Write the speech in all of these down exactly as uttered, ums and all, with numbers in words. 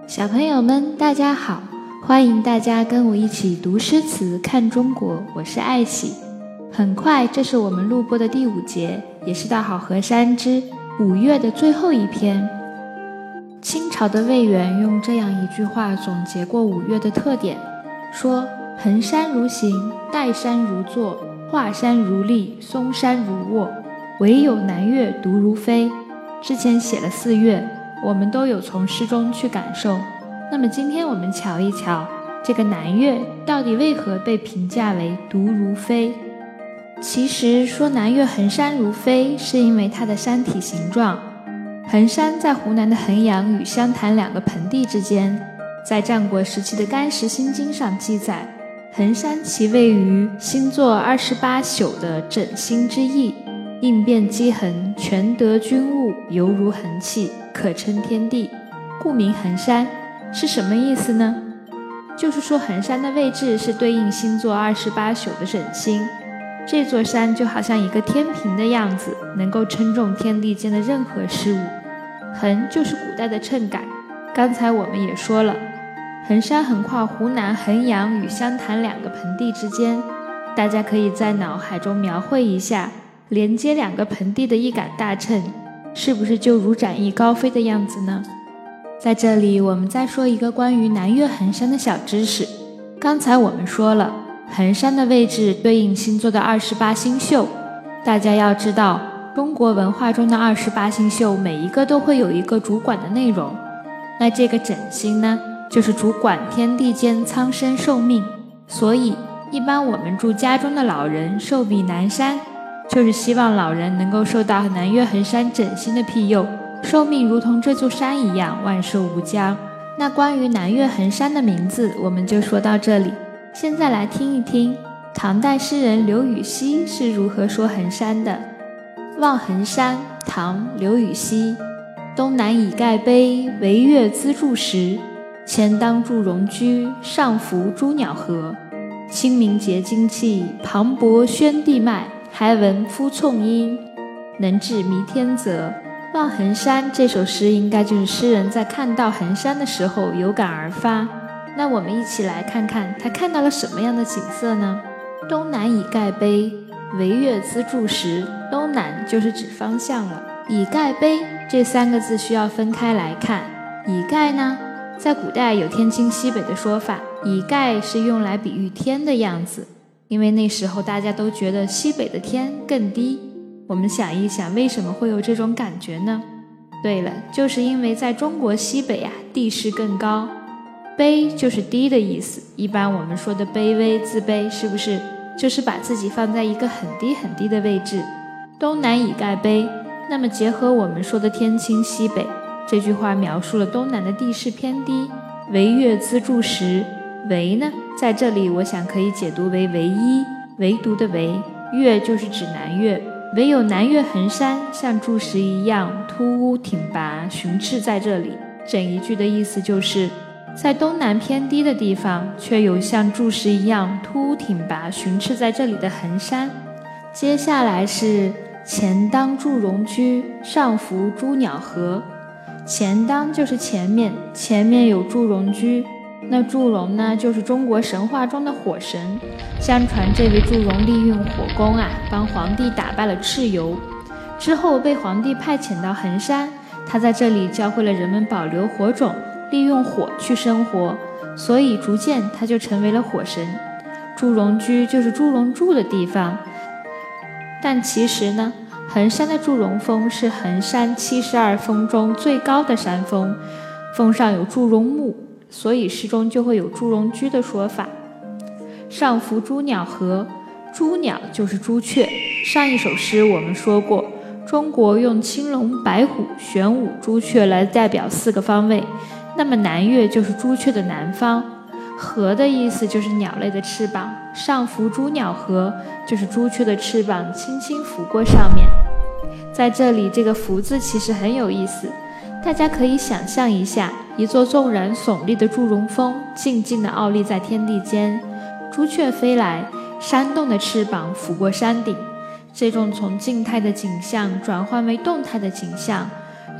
小朋友们大家好，欢迎大家跟我一起读诗词看中国，我是艾喜。很快这是我们录播的第五节，也是到好河山之五月的最后一篇。清朝的魏源用这样一句话总结过五月的特点，说衡山如行，岱山如坐，华山如立，嵩山如卧，唯有南岳独如飞。之前写了四月，我们都有从诗中去感受。那么今天我们瞧一瞧，这个南岳到底为何被评价为独如飞？其实说南岳衡山如飞，是因为它的山体形状。衡山在湖南的衡阳与湘潭两个盆地之间，在战国时期的干石心经上记载，衡山其位于星座二十八宿的枕星之翼，应变积衡，全得均物，犹如衡气，可称天地，故名衡山。是什么意思呢？就是说衡山的位置是对应星座二十八宿的枕星，这座山就好像一个天平的样子，能够称重天地间的任何事物。衡就是古代的秤杆，刚才我们也说了，衡山横跨湖南衡阳与湘潭两个盆地之间，大家可以在脑海中描绘一下，连接两个盆地的一杆大秤，是不是就如展翼高飞的样子呢？在这里我们再说一个关于南岳衡山的小知识。刚才我们说了，衡山的位置对应星座的二十八星宿，大家要知道，中国文化中的二十八星宿每一个都会有一个主管的内容。那这个枕星呢，就是主管天地间苍生寿命，所以一般我们祝家中的老人寿比南山，就是希望老人能够受到南岳衡山枕星的庇佑，寿命如同这座山一样万寿无疆。那关于南岳衡山的名字我们就说到这里，现在来听一听唐代诗人刘禹锡是如何说衡山的。望衡山，唐，刘禹锡。东南以盖碑，惟岳资筑石。前当筑戎居，上服朱鸟阖。清明节精气，磅礴宣地脉。还闻夫从音，能至弥天泽。望衡山这首诗应该就是诗人在看到衡山的时候有感而发。那我们一起来看看他看到了什么样的景色呢？东南以盖碑，惟岳资筑石。东南就是指方向了，以盖碑这三个字需要分开来看。以盖呢，在古代有天倾西北的说法，以盖是用来比喻天的样子，因为那时候大家都觉得西北的天更低。我们想一想，为什么会有这种感觉呢？对了，就是因为在中国西北啊，地势更高。卑就是低的意思，一般我们说的卑微自卑，是不是就是把自己放在一个很低很低的位置？东南以盖碑，那么结合我们说的天倾西北，这句话描述了东南的地势偏低。惟岳资筑石，惟呢，在这里我想可以解读为唯一，唯独的唯。岳就是指南岳，唯有南岳衡山像筑石一样突兀挺拔雄峙在这里。整一句的意思就是在东南偏低的地方，却有像筑石一样突兀挺拔雄峙在这里的衡山。接下来是前当筑戎居，上服朱鸟阖。前当就是前面，前面有筑戎居。那祝融呢，就是中国神话中的火神。相传这位祝融利用火攻啊，帮皇帝打败了蚩尤，之后被皇帝派遣到衡山，他在这里教会了人们保留火种，利用火去生活，所以逐渐他就成为了火神。祝融居就是祝融住的地方，但其实呢，衡山的祝融峰是衡山七十二峰中最高的山峰，峰上有祝融墓，所以诗中就会有祝融居的说法。上服朱鸟阖，朱鸟就是朱雀。上一首诗我们说过，中国用青龙、白虎、玄武、朱雀来代表四个方位，那么南岳就是朱雀的南方。阖的意思就是鸟类的翅膀，上服朱鸟阖就是朱雀的翅膀轻轻拂过上面。在这里这个拂字其实很有意思，大家可以想象一下，一座纵然耸立的祝融峰静静地傲立在天地间，朱雀飞来，扇动的翅膀拂过山顶，这种从静态的景象转换为动态的景象，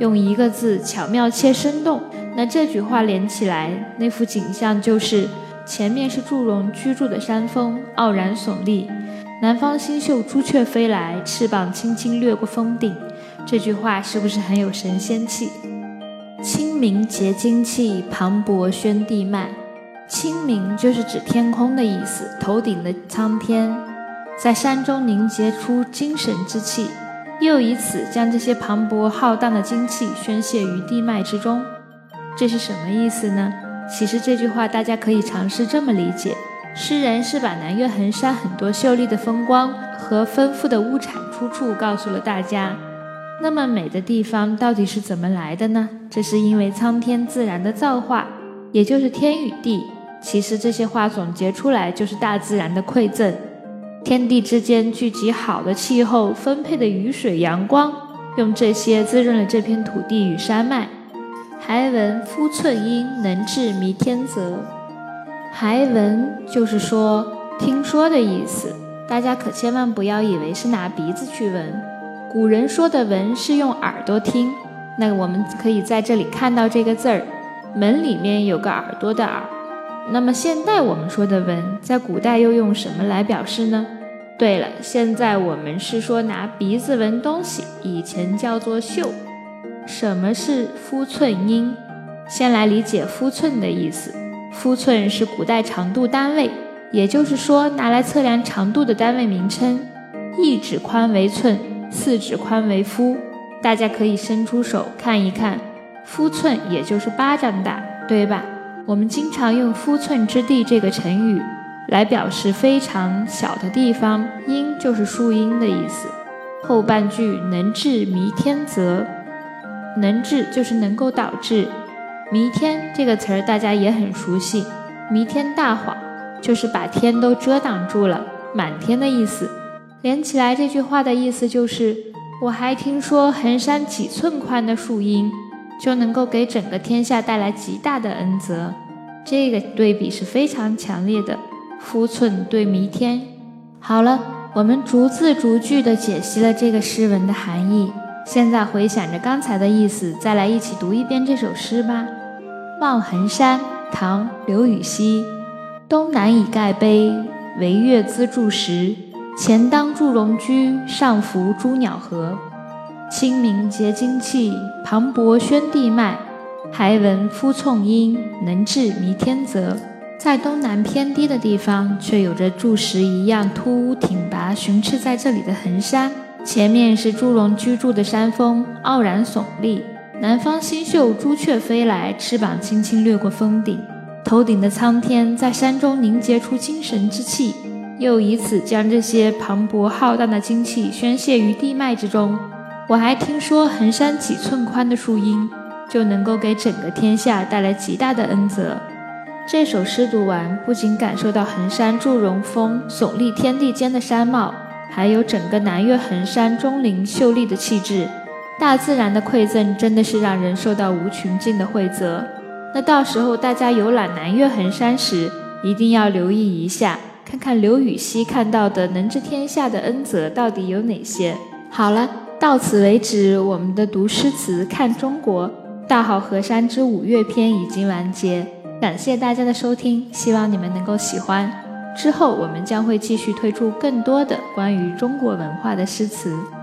用一个字巧妙且生动。那这句话连起来，那幅景象就是前面是祝融居住的山峰，傲然耸立，南方星宿朱雀飞来，翅膀轻轻掠过峰顶。这句话是不是很有神仙气？清明节精气，磅礴宣地脉。清明就是指天空的意思，头顶的苍天，在山中凝结出精神之气，又以此将这些磅礴浩荡的精气宣泄于地脉之中。这是什么意思呢？其实这句话大家可以尝试这么理解，诗人是把南岳衡山很多秀丽的风光和丰富的物产出处告诉了大家。那么美的地方到底是怎么来的呢？这是因为苍天自然的造化，也就是天与地。其实这些话总结出来就是大自然的馈赠，天地之间聚集好的气候，分配的雨水阳光，用这些滋润了这片土地与山脉。还闻夫寸阴，能治弥天泽。还闻就是说听说的意思，大家可千万不要以为是拿鼻子去闻。古人说的闻是用耳朵听，那我们可以在这里看到这个字儿，门里面有个耳朵的耳。那么现代我们说的闻，在古代又用什么来表示呢？对了，现在我们是说拿鼻子闻东西，以前叫做嗅。什么是夫寸阴？先来理解夫寸的意思。夫寸是古代长度单位，也就是说拿来测量长度的单位名称。一指宽为寸，四指宽为夫。大家可以伸出手看一看，夫寸也就是巴掌大，对吧？我们经常用夫寸之地这个成语来表示非常小的地方，阴就是树荫的意思。后半句能治弥天泽，能治就是能够导致，弥天这个词儿大家也很熟悉，弥天大谎就是把天都遮挡住了，满天的意思。连起来这句话的意思就是，我还听说衡山几寸宽的树荫就能够给整个天下带来极大的恩泽。这个对比是非常强烈的，夫寸对弥天。好了，我们逐字逐句地解析了这个诗文的含义，现在回想着刚才的意思，再来一起读一遍这首诗吧。望衡山，唐·刘禹锡。东南以盖碑，惟岳资筑石。前当祝融居，上服朱鸟河。清明节精气，磅礴宣地脉。还闻夫寸阴，能治弥天泽。在东南偏低的地方，却有着柱石一样突兀挺拔雄峙在这里的衡山，前面是祝融居住的山峰，傲然耸立。南方星宿朱雀飞来，翅膀轻轻掠过峰顶。头顶的苍天在山中凝结出精神之气，又以此将这些磅礴浩荡的精气宣泄于地脉之中。我还听说衡山几寸宽的树荫就能够给整个天下带来极大的恩泽。这首诗读完，不仅感受到衡山祝融峰耸立天地间的山貌，还有整个南岳衡山钟灵秀丽的气质。大自然的馈赠真的是让人受到无穷尽的惠泽。那到时候大家游览南岳衡山时，一定要留意一下，看看刘禹锡看到的能治天下的恩泽到底有哪些。好了，到此为止，我们的读诗词看中国大好河山之五岳篇已经完结。感谢大家的收听，希望你们能够喜欢。之后我们将会继续推出更多的关于中国文化的诗词。